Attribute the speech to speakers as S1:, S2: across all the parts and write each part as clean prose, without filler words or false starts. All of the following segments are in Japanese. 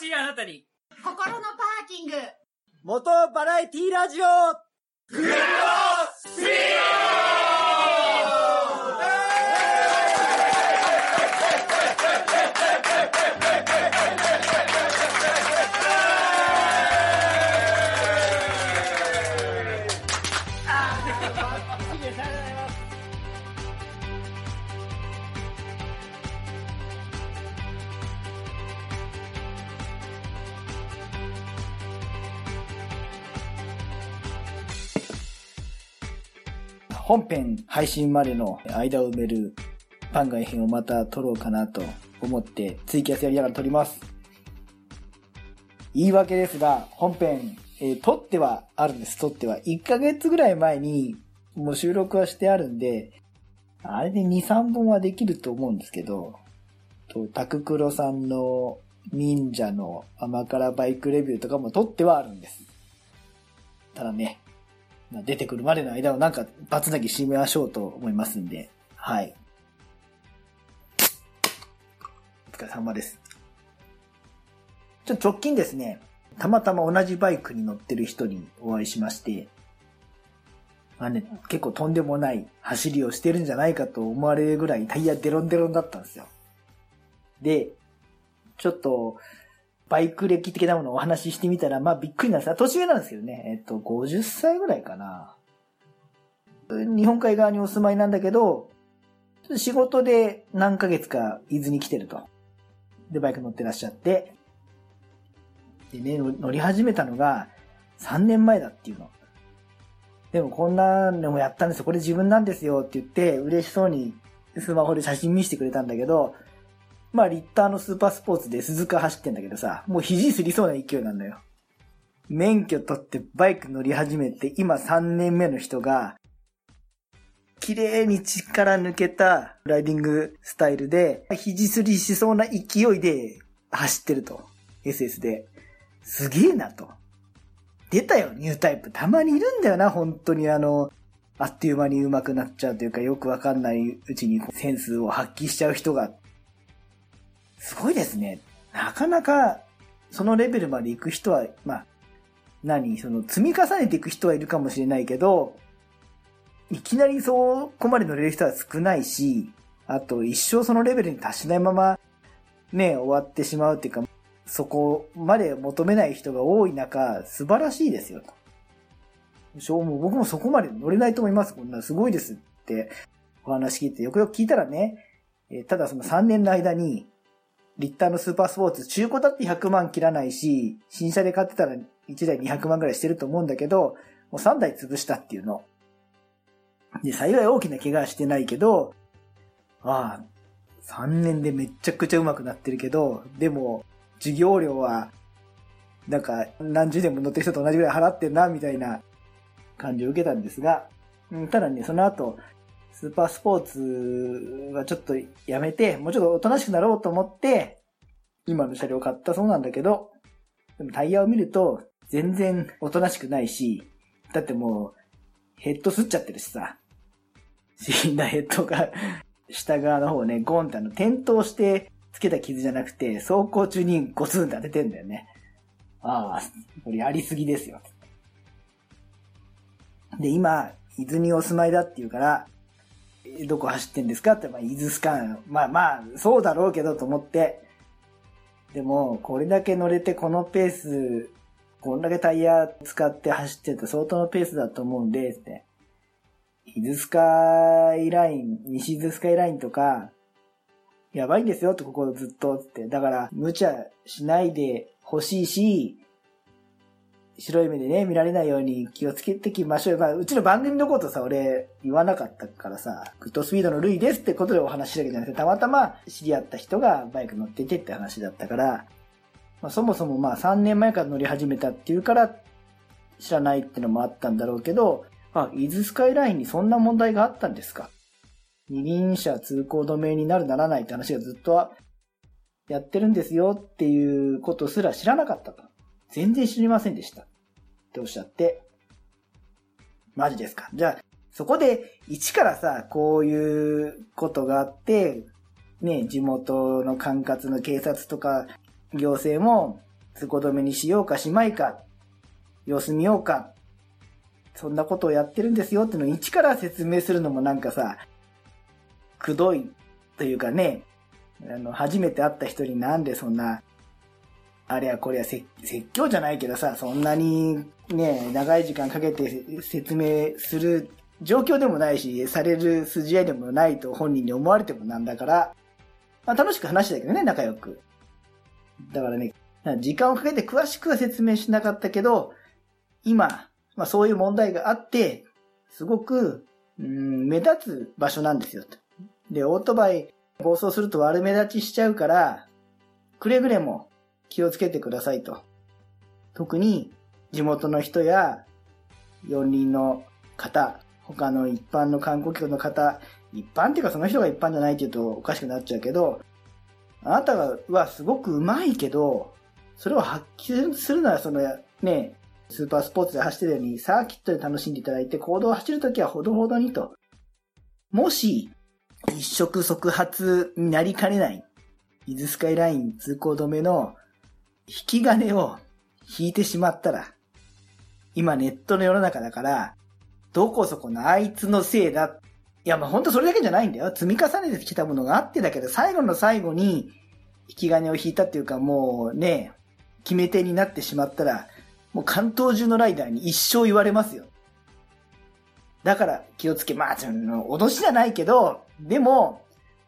S1: しいあなたに
S2: 心のパーキング
S3: 元バラエティラジオ
S1: グッドスピー
S3: 本編配信までの間を埋める番外編をまた撮ろうかなと思ってツイキャスやりながら撮ります。言い訳ですが、本編、撮ってはあるんです。撮っては。1ヶ月ぐらい前にもう収録はしてあるんで、あれで2、3本はできると思うんですけど、タククロさんの忍者の甘辛バイクレビューとかも撮ってはあるんです。ただね、出てくるまでの間をなんかバツナギ締めましょうと思いますんで、はい。お疲れ様です。直近ですね、たまたま同じバイクに乗ってる人にお会いしまして、結構とんでもない走りをしてるんじゃないかと思われるぐらいタイヤデロンデロンだったんですよ。で、ちょっと、バイク歴的なものをお話ししてみたら、びっくりなんです。年上なんですけどね。50歳ぐらいかな。日本海側にお住まいなんだけど、仕事で何ヶ月か伊豆に来てると。で、バイク乗ってらっしゃって。でね、乗り始めたのが3年前だっていうの。でもこんなのもやったんですよ。これ自分なんですよって言って嬉しそうにスマホで写真見せてくれたんだけど、リッターのスーパースポーツで鈴鹿走ってんだけどさ、もう肘すりそうな勢いなんだよ。免許取ってバイク乗り始めて今3年目の人が、綺麗に力抜けたライディングスタイルで、肘すりしそうな勢いで走ってると。SS で。すげえなと。出たよ、ニュータイプ。たまにいるんだよな、本当にあっという間に上手くなっちゃうというか、よくわかんないうちにセンスを発揮しちゃう人が、すごいですね。なかなか、そのレベルまで行く人は、積み重ねていく人はいるかもしれないけど、いきなりそこまで乗れる人は少ないし、あと一生そのレベルに達しないまま、終わってしまうっていうか、そこまで求めない人が多い中、素晴らしいですよと。もう僕もそこまで乗れないと思います。こんなすごいですってお話聞いて、よくよく聞いたらね、ただその3年の間に、リッターのスーパースポーツ、中古だって100万切らないし、新車で買ってたら1台200万ぐらいしてると思うんだけど、もう3台潰したっていうの。で、幸い大きな怪我はしてないけど、3年でめっちゃくちゃ上手くなってるけど、でも、授業料は、何十年も乗ってる人と同じぐらい払ってんな、みたいな感じを受けたんですが、ただね、その後、スーパースポーツはちょっとやめて、もうちょっとおとなしくなろうと思って、今の車両を買ったそうなんだけど、でもタイヤを見ると、全然おとなしくないし、だってもう、ヘッドすっちゃってるしさ、死んだヘッドが、下側の方ね、ゴンって転倒してつけた傷じゃなくて、走行中にゴツンって当ててんだよね。これやりすぎですよ。で、今、伊豆にお住まいだっていうから、どこ走ってんですかって、伊豆スカン。そうだろうけどと思って。でも、これだけ乗れてこのペース、こんだけタイヤ使って走ってると相当のペースだと思うんで、って。伊豆スカイライン、西伊豆スカイラインとか、やばいんですよってここずっとって。だから、無茶しないでほしいし、白い目でね、見られないように気をつけていきましょう。うちの番組のことさ、俺言わなかったからさ、グッドスピードのルイですってことでお話ししたわけじゃなくて、たまたま知り合った人がバイク乗っててって話だったから、そもそも3年前から乗り始めたっていうから知らないってのもあったんだろうけど、伊豆スカイラインにそんな問題があったんですか。二輪車通行止めになるならないって話がずっとやってるんですよっていうことすら知らなかったと。全然知りませんでしたっておっしゃって、マジですか。じゃあそこで一からさ、こういうことがあってね、地元の管轄の警察とか行政も通行止めにしようかしまいか、様子見ようか、そんなことをやってるんですよっていうのを一から説明するのもなんかさ、くどいというかね、初めて会った人になんでそんな、あれやこれや説教じゃないけどさ、そんなにね、長い時間かけて説明する状況でもないし、される筋合いでもないと本人に思われてもなんだから、まあ楽しく話したけどね、仲良く。だからね、時間をかけて詳しくは説明しなかったけど、今、まあそういう問題があって、すごく、目立つ場所なんですよ。で、オートバイ暴走すると悪目立ちしちゃうから、くれぐれも気をつけてくださいと。特に地元の人や四輪の方、他の一般の観光客の方、一般っていうかその人が一般じゃないって言うとおかしくなっちゃうけど、あなたはすごく上手いけど、それを発揮するならそのね、スーパースポーツで走ってるようにサーキットで楽しんでいただいて、公道を走るときはほどほどにと。もし、一触即発になりかねない、伊豆スカイライン通行止めの引き金を引いてしまったら、今ネットの世の中だから、どこそこのあいつのせいだ。いや、まあほんとそれだけじゃないんだよ。積み重ねてきたものがあってだけど、最後の最後に引き金を引いたっていうか、もうね、決め手になってしまったら、もう関東中のライダーに一生言われますよ。だから気をつけ、まあ、脅しじゃないけど、でも、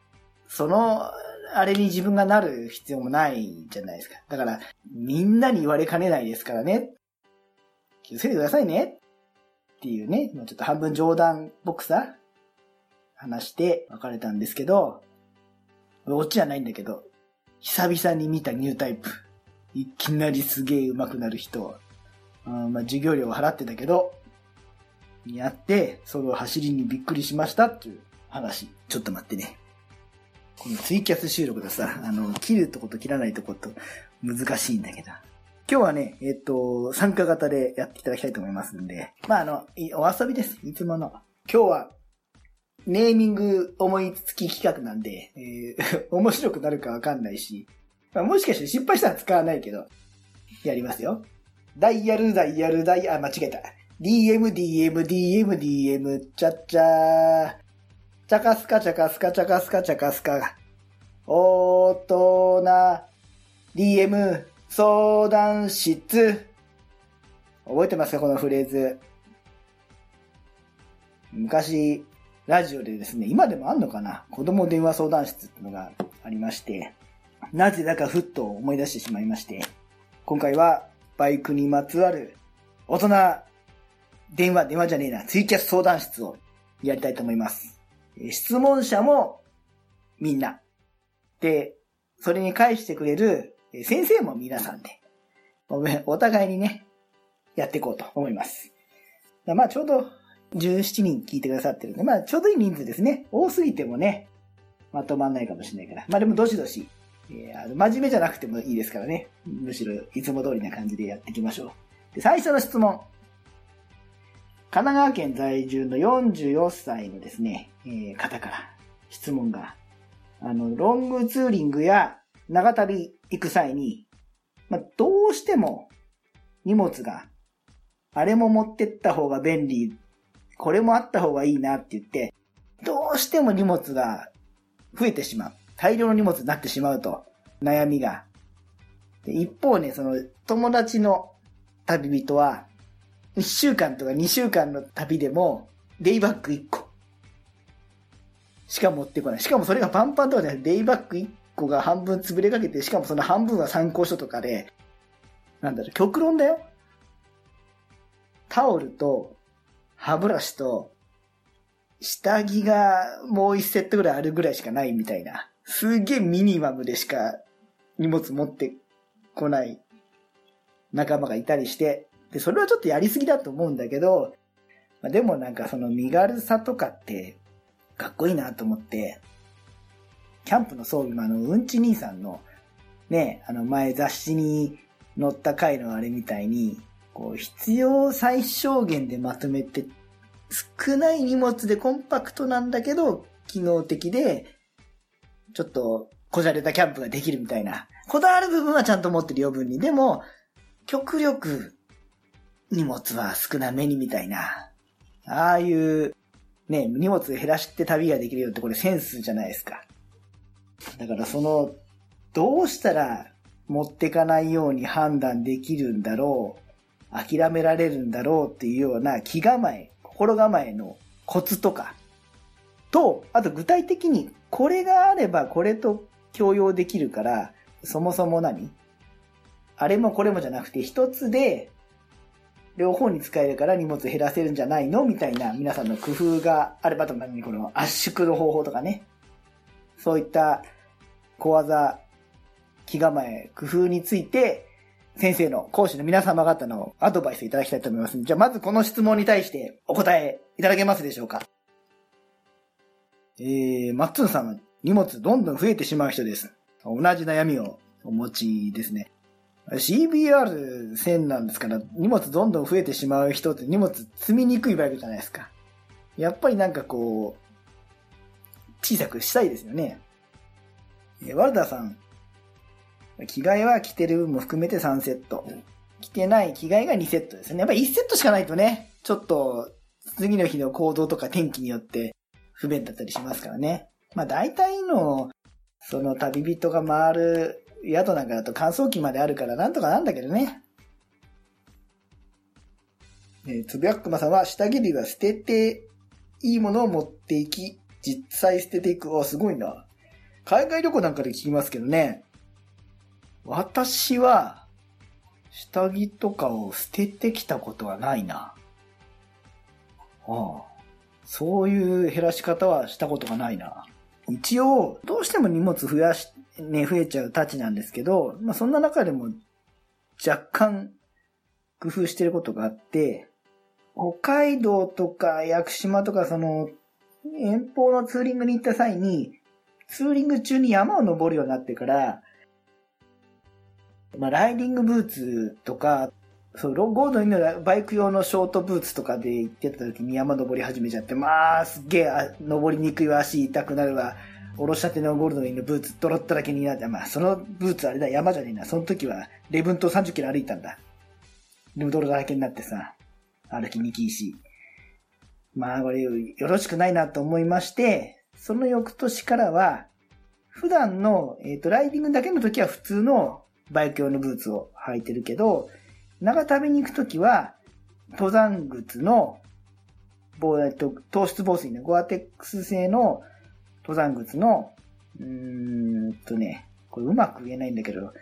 S3: あれに自分がなる必要もないじゃないですか。だから、みんなに言われかねないですからね。気をつけてくださいね。っていうね、ちょっと半分冗談っぽくさ、話して別れたんですけど、オチじゃないんだけど、久々に見たニュータイプ。いきなりすげえ上手くなる人。まあ、授業料を払ってたけど、やって、その走りにびっくりしましたっていう話。ちょっと待ってね。このツイキャス収録でさ、切るとこと切らないとこと難しいんだけど。今日はね、参加型でやっていただきたいと思いますんで。まあ、お遊びです。いつもの。今日は、ネーミング思いつき企画なんで、面白くなるかわかんないし、まあ、もしかして失敗したら使わないけど、やりますよ。間違えた。DM、チャッチャー。チャカスカ、大人、DM、相談室。覚えてますかこのフレーズ。昔、ラジオでですね、今でもあんのかな子供電話相談室っていうのがありまして、なぜだかふっと思い出してしまいまして、今回はバイクにまつわる大人電話じゃねえな、ツイキャス相談室をやりたいと思います。質問者もみんな。で、それに返してくれる先生も皆さんで、お互いにね、やっていこうと思います。まあちょうど17人聞いてくださってるんで、まあちょうどいい人数ですね。多すぎてもね、まとまんないかもしれないから。まあでもどしどし、真面目じゃなくてもいいですからね。むしろいつも通りな感じでやっていきましょう。で、最初の質問。神奈川県在住の44歳のですね、方から質問が、ロングツーリングや長旅行く際に、まあ、どうしても荷物が、あれも持ってった方が便利、これもあった方がいいなって言って、どうしても荷物が増えてしまう。大量の荷物になってしまうと、悩みが。で一方ね、その友達の旅人は、1週間とか2週間の旅でも、デイバッグ1個しか持ってこない。しかもそれがパンパンとかじゃない。デイバッグ1個が半分潰れかけて、しかもその半分は参考書とかで、極論だよ。タオルと、歯ブラシと、下着がもう1セットぐらいあるぐらいしかないみたいな。すげえミニマムでしか荷物持ってこない仲間がいたりして、で、それはちょっとやりすぎだと思うんだけど、まあ、でもその身軽さとかってかっこいいなと思って、キャンプの装備もうんち兄さんのね、前雑誌に載った回のあれみたいに、こう必要最小限でまとめて、少ない荷物でコンパクトなんだけど、機能的で、ちょっとこじゃれたキャンプができるみたいな、 こだわる部分はちゃんと持ってる余分に。でも、極力、荷物は少なめにみたいな。ああいう、ね、荷物減らして旅ができるよってこれセンスじゃないですか。だからどうしたら持ってかないように判断できるんだろう、諦められるんだろうっていうような気構え、心構えのコツとか、と、あと具体的にこれがあればこれと共用できるから、そもそもあれもこれもじゃなくて一つで両方に使えるから荷物減らせるんじゃないのみたいな皆さんの工夫があればとかにこの圧縮の方法とかね。そういった小技、気構え、工夫について先生の講師の皆様方のアドバイスいただきたいと思います。じゃあまずこの質問に対してお答えいただけますでしょうか。マッツンさんは荷物どんどん増えてしまう人です。同じ悩みをお持ちですね。CBR1000 なんですから、荷物どんどん増えてしまう人って荷物積みにくいバイクじゃないですか。やっぱり小さくしたいですよね。ワルダーさん、着替えは着てる分も含めて3セット。着てない着替えが2セットですね。やっぱり1セットしかないとね、ちょっと次の日の行動とか天気によって不便だったりしますからね。まあ大体の旅人が回る宿なんかだと乾燥機まであるからなんとかなんだけどね。つぶやくまさんは下着類は捨てていいものを持っていき、実際捨てていく。すごいな。海外旅行なんかで聞きますけどね。私は下着とかを捨ててきたことはないな。そういう減らし方はしたことがないな。一応、どうしても荷物増えちゃうたちなんですけど、そんな中でも若干工夫してることがあって、北海道とか屋久島とか遠方のツーリングに行った際に、ツーリング中に山を登るようになってから、ライディングブーツとか、ゴードンのバイク用のショートブーツとかで行ってた時に山登り始めちゃって、すっげえ登りにくいわ、足痛くなるわ、おろしたてのゴールドウィンのブーツドロッとだけになって、そのブーツあれだ、山じゃねえな。その時は礼文島30キロ歩いたんだ。でも泥だらけになってさ、歩きにくいし。これよろしくないなと思いまして、その翌年からは、普段の、ライディングだけの時は普通のバイク用のブーツを履いてるけど、長旅に行くときは、登山靴の、糖質防水のゴアテックス製の登山靴の、これうまく言えないんだけど、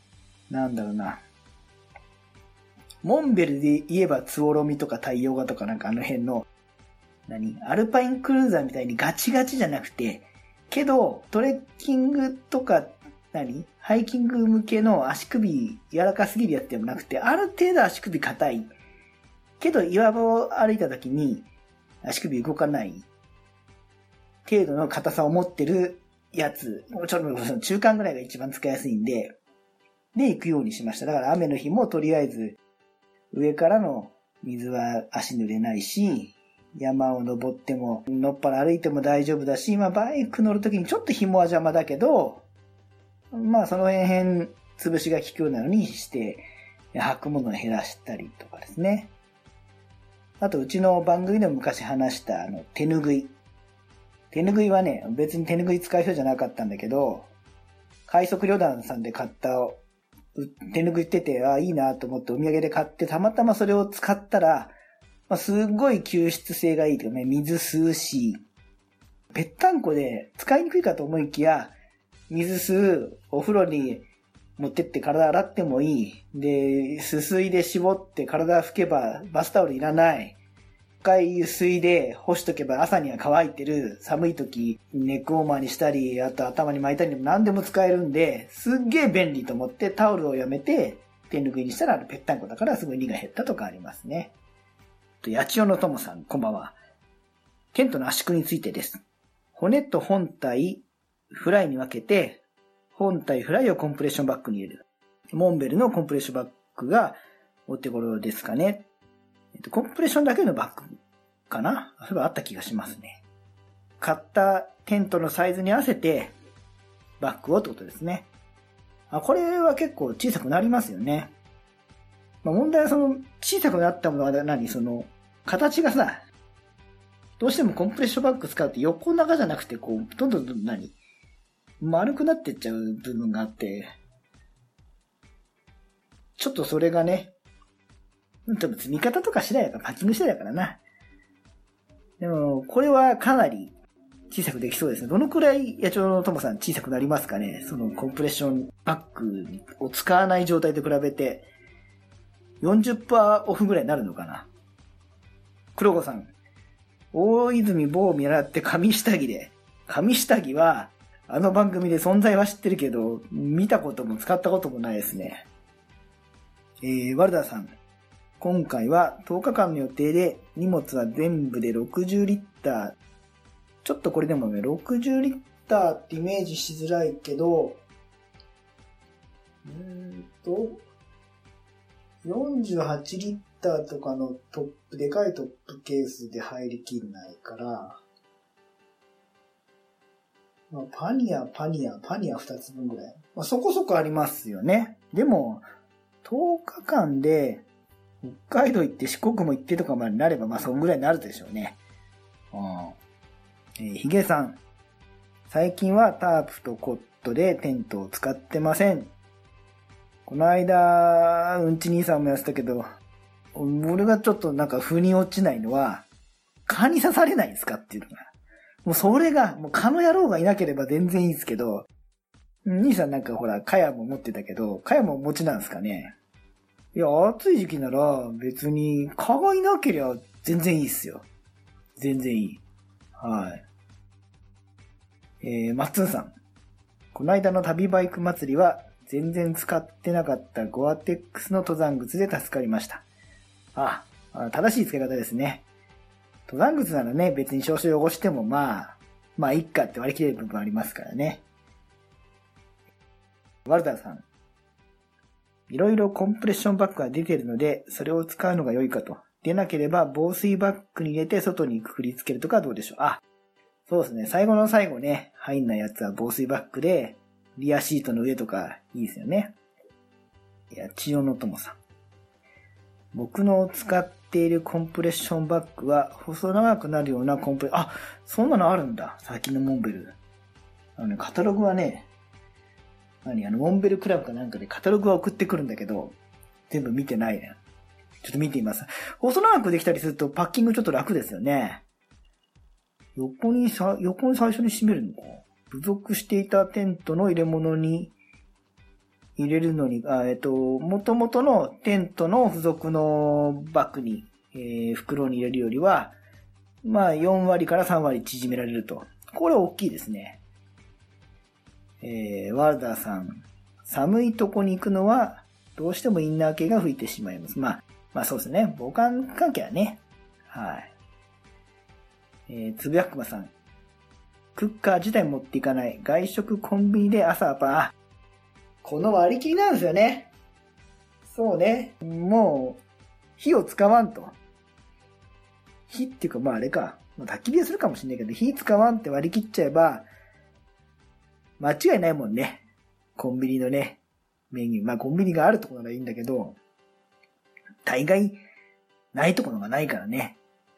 S3: モンベルで言えばツオロミとか太陽画とかあの辺の、アルパインクルーザーみたいにガチガチじゃなくて、けど、トレッキングとか、ハイキング向けの足首柔らかすぎるやつでもなくて、ある程度足首硬い。けど岩場を歩いた時に足首動かない程度の硬さを持ってるやつ。ちょっと中間ぐらいが一番使いやすいんで、行くようにしました。だから雨の日もとりあえず上からの水は足濡れないし、山を登ってものっぱら歩いても大丈夫だし、バイク乗るときにちょっと紐は邪魔だけど、その辺潰しが効くようなのにして履くものを減らしたりとかですね。あとうちの番組でも昔話した手ぬぐい。手ぬぐいはね、別に手ぬぐい使う人じゃなかったんだけど、快速旅団さんで買った手ぬぐいってて、いいなと思ってお土産で買って、たまたまそれを使ったら、すごい吸湿性がいいというかね、水吸うし、ぺったんこで使いにくいかと思いきや、水吸う、お風呂に持ってって体洗ってもいい。で、すすいで絞って体拭けばバスタオルいらない。一回湯水で干しとけば朝には乾いてる。寒い時ネックウォーマーにしたり、あと頭に巻いたりでも何でも使えるんで、すっげえ便利と思ってタオルをやめて手ぬぐいにしたらぺったんこだからすごい荷が減ったとかありますね。八千代の友さん、こんばんは。テントの圧縮についてです。骨と本体、フライに分けて、本体フライをコンプレッションバッグに入れる。モンベルのコンプレッションバッグがお手頃ですかね。コンプレッションだけのバッグかな？そういえばあった気がしますね。買ったテントのサイズに合わせてバッグをってことですね。 これは結構小さくなりますよね。問題は小さくなったものは形がさ、どうしてもコンプレッションバッグ使うと横長じゃなくて、どんどん丸くなっていっちゃう部分があって、ちょっとそれがね、多分積み方とか次第だから、パッキング次第だからな。でも、これはかなり小さくできそうですね。どのくらい野鳥の友さん小さくなりますかね？コンプレッションバッグを使わない状態と比べて、40% オフぐらいになるのかな？黒子さん。大泉某を見習って紙下着で。紙下着は、あの番組で存在は知ってるけど、見たことも使ったこともないですね。ワルダーさん。今回は10日間の予定で荷物は全部で60リッター。ちょっとこれでもね、60リッターってイメージしづらいけど、48リッターとかのでかいトップケースで入りきんないから、パニア2つ分ぐらい。そこそこありますよね。でも、10日間で、北海道行って四国も行ってとかまでなれば、そんぐらいになるでしょうね。ヒゲさん。最近はタープとコットでテントを使ってません。この間、うんち兄さんもやってたけど、俺がちょっと腑に落ちないのは、蚊に刺されないんですかっていうのが。もうそれが、もう蚊の野郎がいなければ全然いいですけど、兄さんほら、蚊帳も持ってたけど、蚊帳もお持ちなんですかね。いや、暑い時期なら別に蚊がいなけりゃ全然いいっすよ。全然いい。はい。マッツンさん。この間の旅バイク祭りは全然使ってなかったゴアテックスの登山靴で助かりました。正しい使い方ですね。登山靴ならね、別に少々汚してもいっかって割り切れる部分ありますからね。ワルダーさん。いろいろコンプレッションバッグが出ているので、それを使うのが良いかと。出なければ防水バッグに入れて外にくくりつけるとかどうでしょう。そうですね。最後の最後ね、入んないやつは防水バッグで、リアシートの上とかいいですよね。千代の友さん。僕の使っているコンプレッションバッグは細長くなるようなコンプレ、そんなのあるんだ。最近のモンベル。カタログはね、モンベルクラブかなんかでカタログは送ってくるんだけど、全部見てないね。ちょっと見てみます。細長くできたりするとパッキングちょっと楽ですよね。横に最初に締めるのか。付属していたテントの入れ物に入れるのに、元々のテントの付属のバッグに、袋に入れるよりは、4割から3割縮められると。これは大きいですね。ワルダーさん。寒いとこに行くのは、どうしてもインナー系が吹いてしまいます。そうですね。防寒関係はね。はい。つぶやくまさん。クッカー自体持っていかない。外食コンビニで朝はパン。この割り切りなんですよね。そうね。もう、火を使わんと。火っていうかあれか。焚き火はするかもしれないけど、火使わんって割り切っちゃえば、間違いないもんね。コンビニのね、メニュー。コンビニがあるところならいいんだけど、大概、ないところがないからね。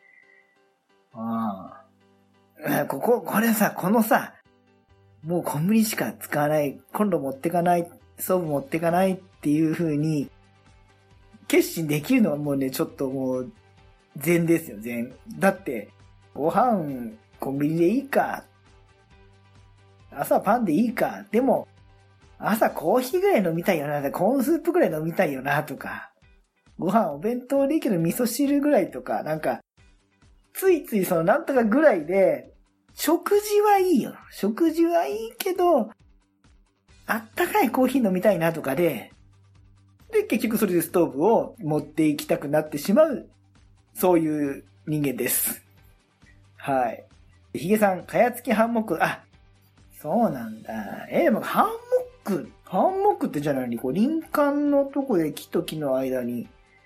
S3: このさ、もうコンビニしか使わない、コンロ持ってかない、ストーブ持ってかないっていう風に、決心できるのはもうね、ちょっともう、善ですよ、善。だって、ご飯、コンビニでいいか。朝パンでいいか。でも、朝コーヒーぐらい飲みたいよな。コーンスープぐらい飲みたいよな、とか。ご飯お弁当でいいけど味噌汁ぐらいとか、ついついなんとかぐらいで、食事はいいよ。食事はいいけど、あったかいコーヒー飲みたいなとかで、結局それでストーブを持っていきたくなってしまう、そういう人間です。はい。ヒゲさん、かやつきハンモック、そうなんだ。でもハンモックってじゃないに、林間のとこで木と木の間に、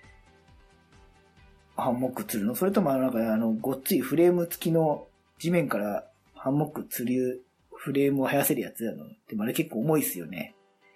S3: ハンモック釣るの？それともごっついフレーム付きの地面からハンモック釣るフレームを生やせるやつやの？でもあれ結構重いっすよね。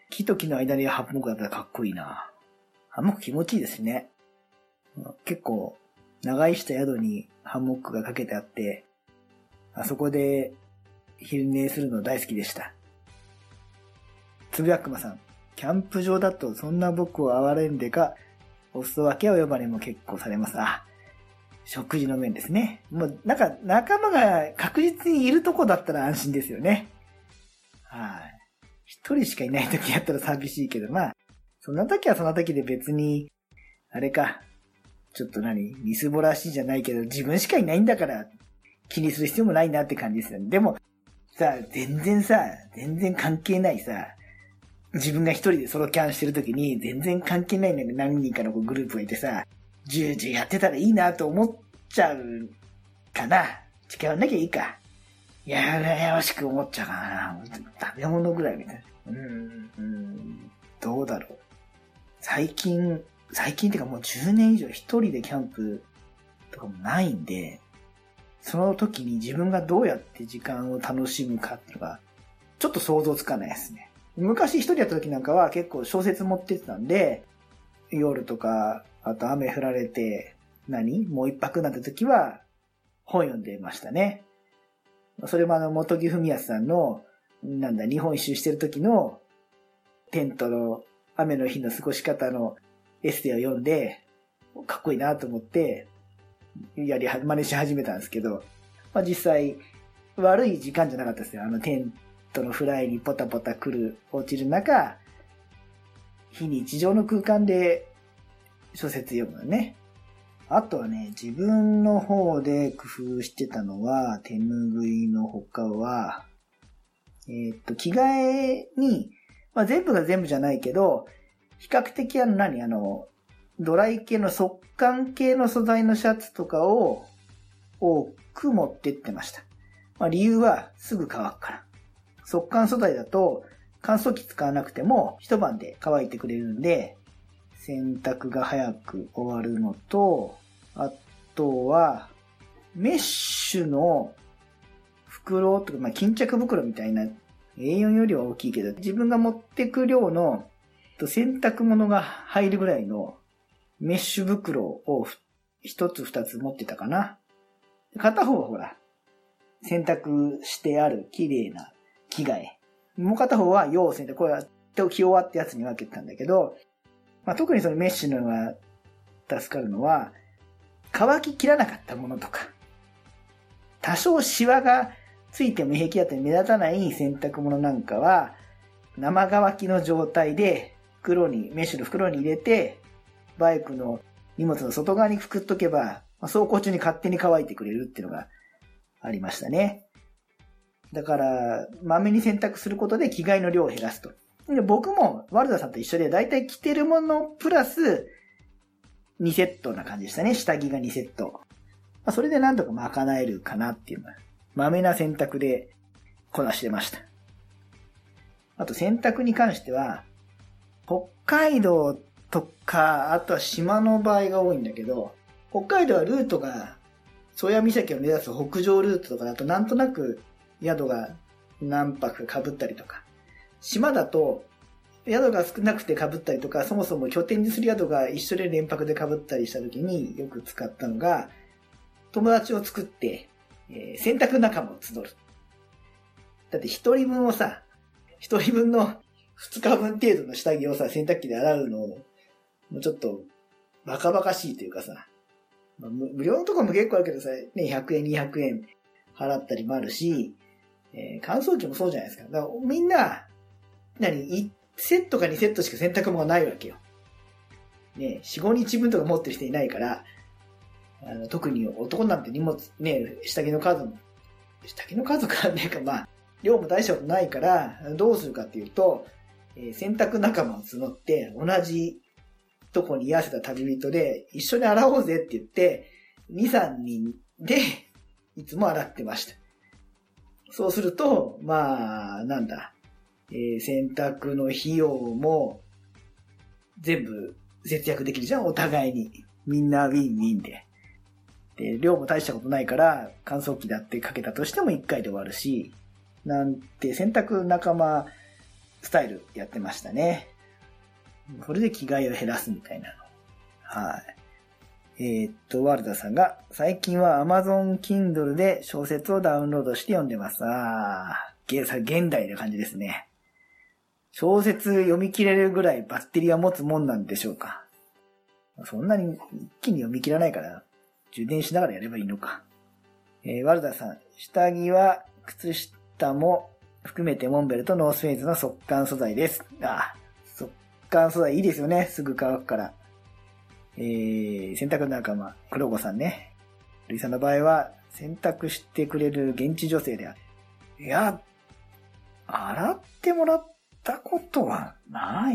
S3: 木と木の間にハンモックだったらかっこいいな。ハンモック気持ちいいですね。結構、長居した宿にハンモックがかけてあって、あそこで昼寝するの大好きでした。つぶやくまさん、キャンプ場だとそんな僕を哀れんでか、お裾分けを呼ばれも結構されます。あ、食事の面ですね。もうなんか仲間が確実にいるとこだったら安心ですよね。はい。一人しかいない時やったら寂しいけど、まあ、そんな時はその時で別に、あれか、ちょっとみすぼらしいじゃないけど、自分しかいないんだから気にする必要もないなって感じですよね。でも、全然関係ないさ、自分が一人でソロキャンしてる時に全然関係ない何人かのグループがいてさ、ジュージューやってたらいいなと思っちゃうかな。近寄んなきゃいいか。やらしく思っちゃうかな。食べ物ぐらいみたいな。どうだろう。最近ってかもう10年以上一人でキャンプとかもないんで、その時に自分がどうやって時間を楽しむかっていうのが、ちょっと想像つかないですね。昔一人やった時なんかは結構小説持ってってたんで、夜とか、あと雨降られて、もう一泊になった時は本読んでましたね。それも本木文康さんの、日本一周してる時のテントの雨の日の過ごし方のエッセイを読んで、かっこいいなと思って、真似し始めたんですけど、まあ実際、悪い時間じゃなかったですよ。テントのフライにポタポタ落ちる中、非日常の空間で小説読むのね。あとはね、自分の方で工夫してたのは、手拭いの他は、着替えに、まあ全部が全部じゃないけど、比較的ドライ系の速乾系の素材のシャツとかを多く持ってってました。まあ理由はすぐ乾くから。速乾素材だと乾燥機使わなくても一晩で乾いてくれるんで、洗濯が早く終わるのと、あとはメッシュの袋とか、まあ巾着袋みたいな A4 よりは大きいけど、自分が持ってく量の洗濯物が入るぐらいのメッシュ袋を一つ二つ持ってたかな。片方はほら、洗濯してある綺麗な着替え。もう片方は用洗濯、これは着終わったやつに分けてたんだけど、まあ、特にそのメッシュのが助かるのは、乾ききらなかったものとか、多少シワがついても平気だったり目立たない洗濯物なんかは、生乾きの状態でメッシュの袋に入れて、バイクの荷物の外側にくくっとけば、走行中に勝手に乾いてくれるっていうのがありましたね。だから、まめに洗濯することで着替えの量を減らすと。で僕もワルダさんと一緒で、だいたい着てるものプラス2セットな感じでしたね。下着が2セット。それでなんとか賄えるかなっていうのは、まめな洗濯でこなしてました。あと洗濯に関しては、北海道とか、あとは島の場合が多いんだけど、北海道はルートが、宗谷岬を目指す北上ルートとかだとなんとなく宿が何泊か被ったりとか、島だと宿が少なくて被ったりとか、そもそも拠点にする宿が一緒で連泊で被ったりした時によく使ったのが、友達を作って、洗濯仲間を募る。だって一人分の2日分程度の下着を洗濯機で洗うのもうちょっとバカバカしいというかさ、無料のとこも結構あるけどさ、ね、100円200円払ったりもあるし、乾燥機もそうじゃないですか。だからみんな1セットか2セットしか洗濯物がないわけよ。ね、4、5日分とか持ってる人いないから、特に男なんて荷物、ね、下着の数かねえか、まあ、量も大したことないから、どうするかっていうと、洗濯仲間を募って、同じとこに居合わせた旅人で、一緒に洗おうぜって言って、2、3人で、いつも洗ってました。そうすると、まあ、洗濯の費用も、全部節約できるじゃん、お互いに。みんなウィンウィンで。で、量も大したことないから、乾燥機だってかけたとしても1回で終わるし、なんて洗濯仲間スタイルやってましたね。これで着替えを減らすみたいなの。はい。ワルダさんが、最近は Amazon Kindle で小説をダウンロードして読んでます。現代な感じですね。小説読み切れるぐらいバッテリーは持つもんなんでしょうか。そんなに一気に読み切らないから、充電しながらやればいいのか。ワルダさん、下着は靴下も含めてモンベルとノースフェイズの速乾素材です。速乾素材いいですよね。すぐ乾くから。洗濯仲間、黒子さんね。ルイさんの場合は、洗濯してくれる現地女性である。いや、洗ってもらったことはない。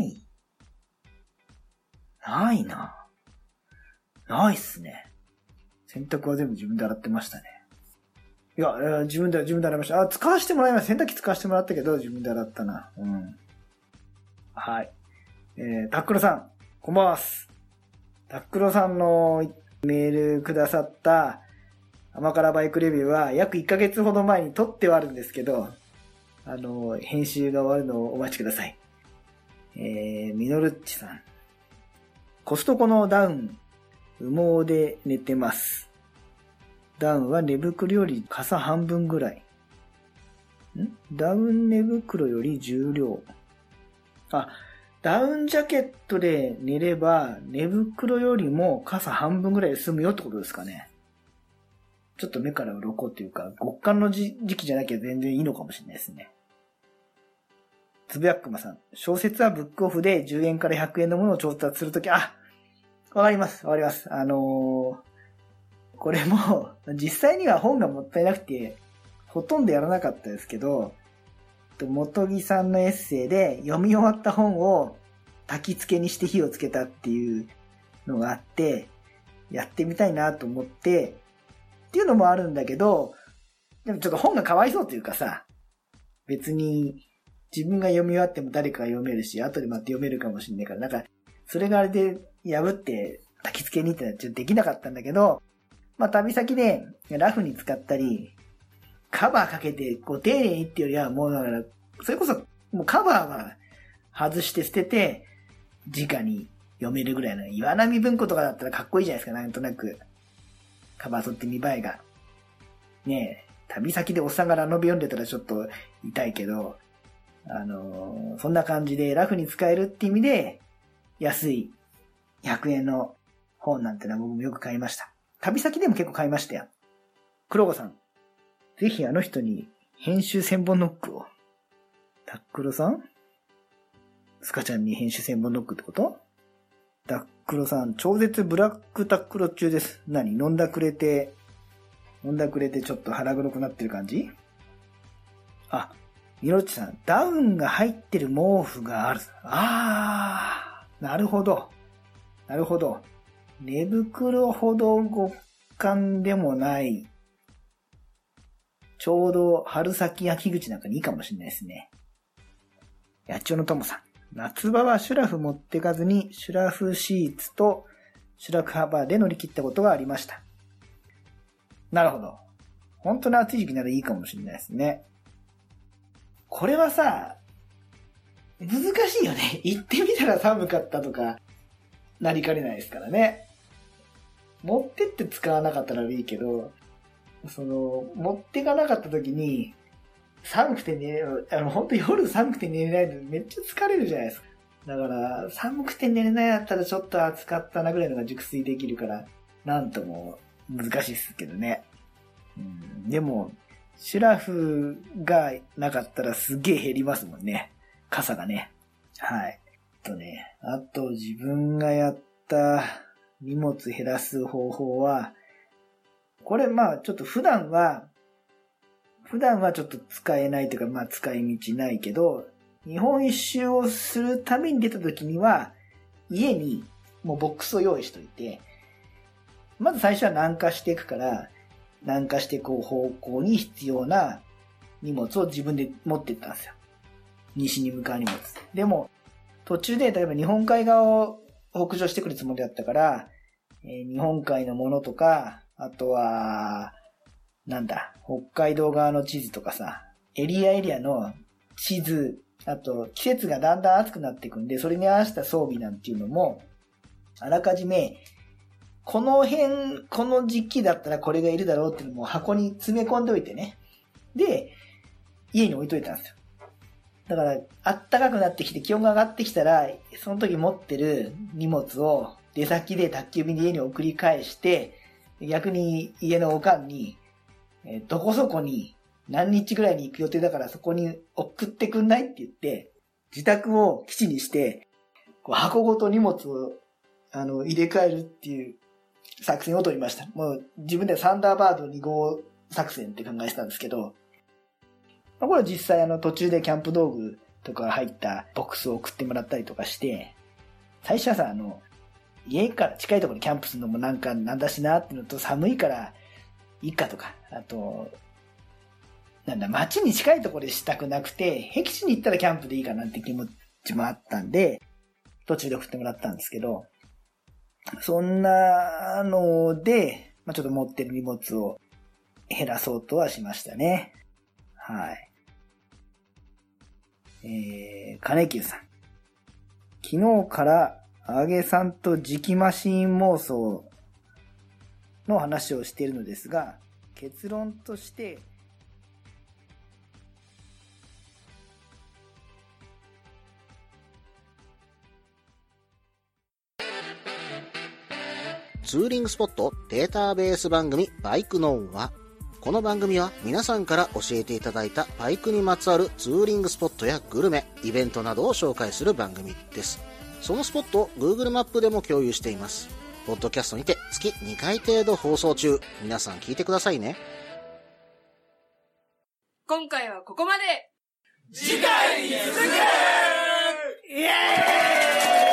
S3: ないな。ないっすね。洗濯は全部自分で洗ってましたね。いや、自分で洗いました。使わせてもらいました。洗濯機使わせてもらったけど、自分で洗ったな。うん。はい。タックロさん、こんばんは。タックロさんのメールくださった甘辛バイクレビューは約1ヶ月ほど前に撮ってはあるんですけど、編集が終わるのをお待ちください。ミノルッチさん。コストコのダウン、羽毛で寝てます。ダウンは寝袋より傘半分ぐらい。ダウン寝袋より重量。ダウンジャケットで寝れば寝袋よりも傘半分ぐらいで済むよってことですかね。ちょっと目から鱗というか、極寒の時期じゃなきゃ全然いいのかもしれないですね。つぶやっくまさん。小説はブックオフで10円から100円のものを調達するとき、わかります。これも、実際には本がもったいなくて、ほとんどやらなかったですけど、元木さんのエッセイで読み終わった本を焚き付けにして火をつけたっていうのがあって、やってみたいなと思って、っていうのもあるんだけど、でもちょっと本がかわいそうというかさ、別に自分が読み終わっても誰かが読めるし、後でまた読めるかもしれないから、それがあれで破って焚き付けにってのはちょっとできなかったんだけど、旅先でラフに使ったり、カバーかけて丁寧にっていうよりはもうだから、それこそもうカバーは外して捨てて、直に読めるぐらいの岩波文庫とかだったらかっこいいじゃないですか、なんとなく。カバー取って見栄えが。ねえ、旅先でおっさんがラノベ読んでたらちょっと痛いけど、そんな感じでラフに使えるって意味で、安い100円の本なんてのは僕もよく買いました。旅先でも結構買いましたよ。黒子さん。ぜひあの人に編集1000本ノックを。タックロさん？スカちゃんに編集1000本ノックってこと？タックロさん、超絶ブラックタックロ中です。飲んだくれてちょっと腹黒くなってる感じ？ミロッチさん、ダウンが入ってる毛布がある。なるほど。寝袋ほど極寒でもない。ちょうど春先秋口なんかにいいかもしれないですね。やっちょのともさん。夏場はシュラフ持ってかずにシュラフシーツとシュラフカバーで乗り切ったことがありました。なるほど。本当に暑い時期ならいいかもしれないですね。これはさ、難しいよね。行ってみたら寒かったとかなりかねないですからね。持ってって使わなかったらいいけど、持ってかなかった時に、寒くて本当夜寒くて寝れないのめっちゃ疲れるじゃないですか。だから、寒くて寝れないだったらちょっと暑かったなぐらいのが熟睡できるから、なんとも難しいですけどね。でも、シュラフがなかったらすげえ減りますもんね。傘がね。はい。あと自分がやった荷物減らす方法は、これちょっと普段はちょっと使えないというか使い道ないけど、日本一周をするために出た時には、家にもうボックスを用意しといて、まず最初は南下していくから、南下していく方向に必要な荷物を自分で持っていったんですよ。西に向かう荷物。でも、途中で例えば日本海側を北上してくるつもりだったから、日本海のものとか、あとは、北海道側の地図とかさ、エリアの地図あと季節がだんだん暑くなっていくんで、それに合わせた装備なんていうのも、あらかじめ、この辺、この時期だったらこれがいるだろうっていうのも箱に詰め込んでおいてね。で、家に置いといたんですよ。だから、暖かくなってきて気温が上がってきたら、その時持ってる荷物を出先で宅急便で家に送り返して、逆に家のおかんに、どこそこに何日ぐらいに行く予定だからそこに送ってくんないって言って、自宅を基地にして、こう箱ごと荷物を入れ替えるっていう作戦を取りました。もう自分ではサンダーバード2号作戦って考えてたんですけど、これは実際途中でキャンプ道具とか入ったボックスを送ってもらったりとかして、最初はさ、家から近いところにキャンプするのもなんだしなっていうのと、寒いからいいかとか、あと、街に近いところでしたくなくて、僻地に行ったらキャンプでいいかなって気持ちもあったんで、途中で送ってもらったんですけど、そんなので、ちょっと持ってる荷物を減らそうとはしましたね。はい。金久さん。昨日からあげさんと磁気マシーン妄想の話をしているのですが、結論として、
S4: ツーリングスポットデータベース番組バイクノンは、この番組は皆さんから教えていただいたバイクにまつわるツーリングスポットやグルメ、イベントなどを紹介する番組です。そのスポットを Google マップでも共有しています。ポッドキャストにて月2回程度放送中。皆さん聞いてくださいね。
S1: 今回はここまで。
S2: 次回に続く。
S3: イエーイ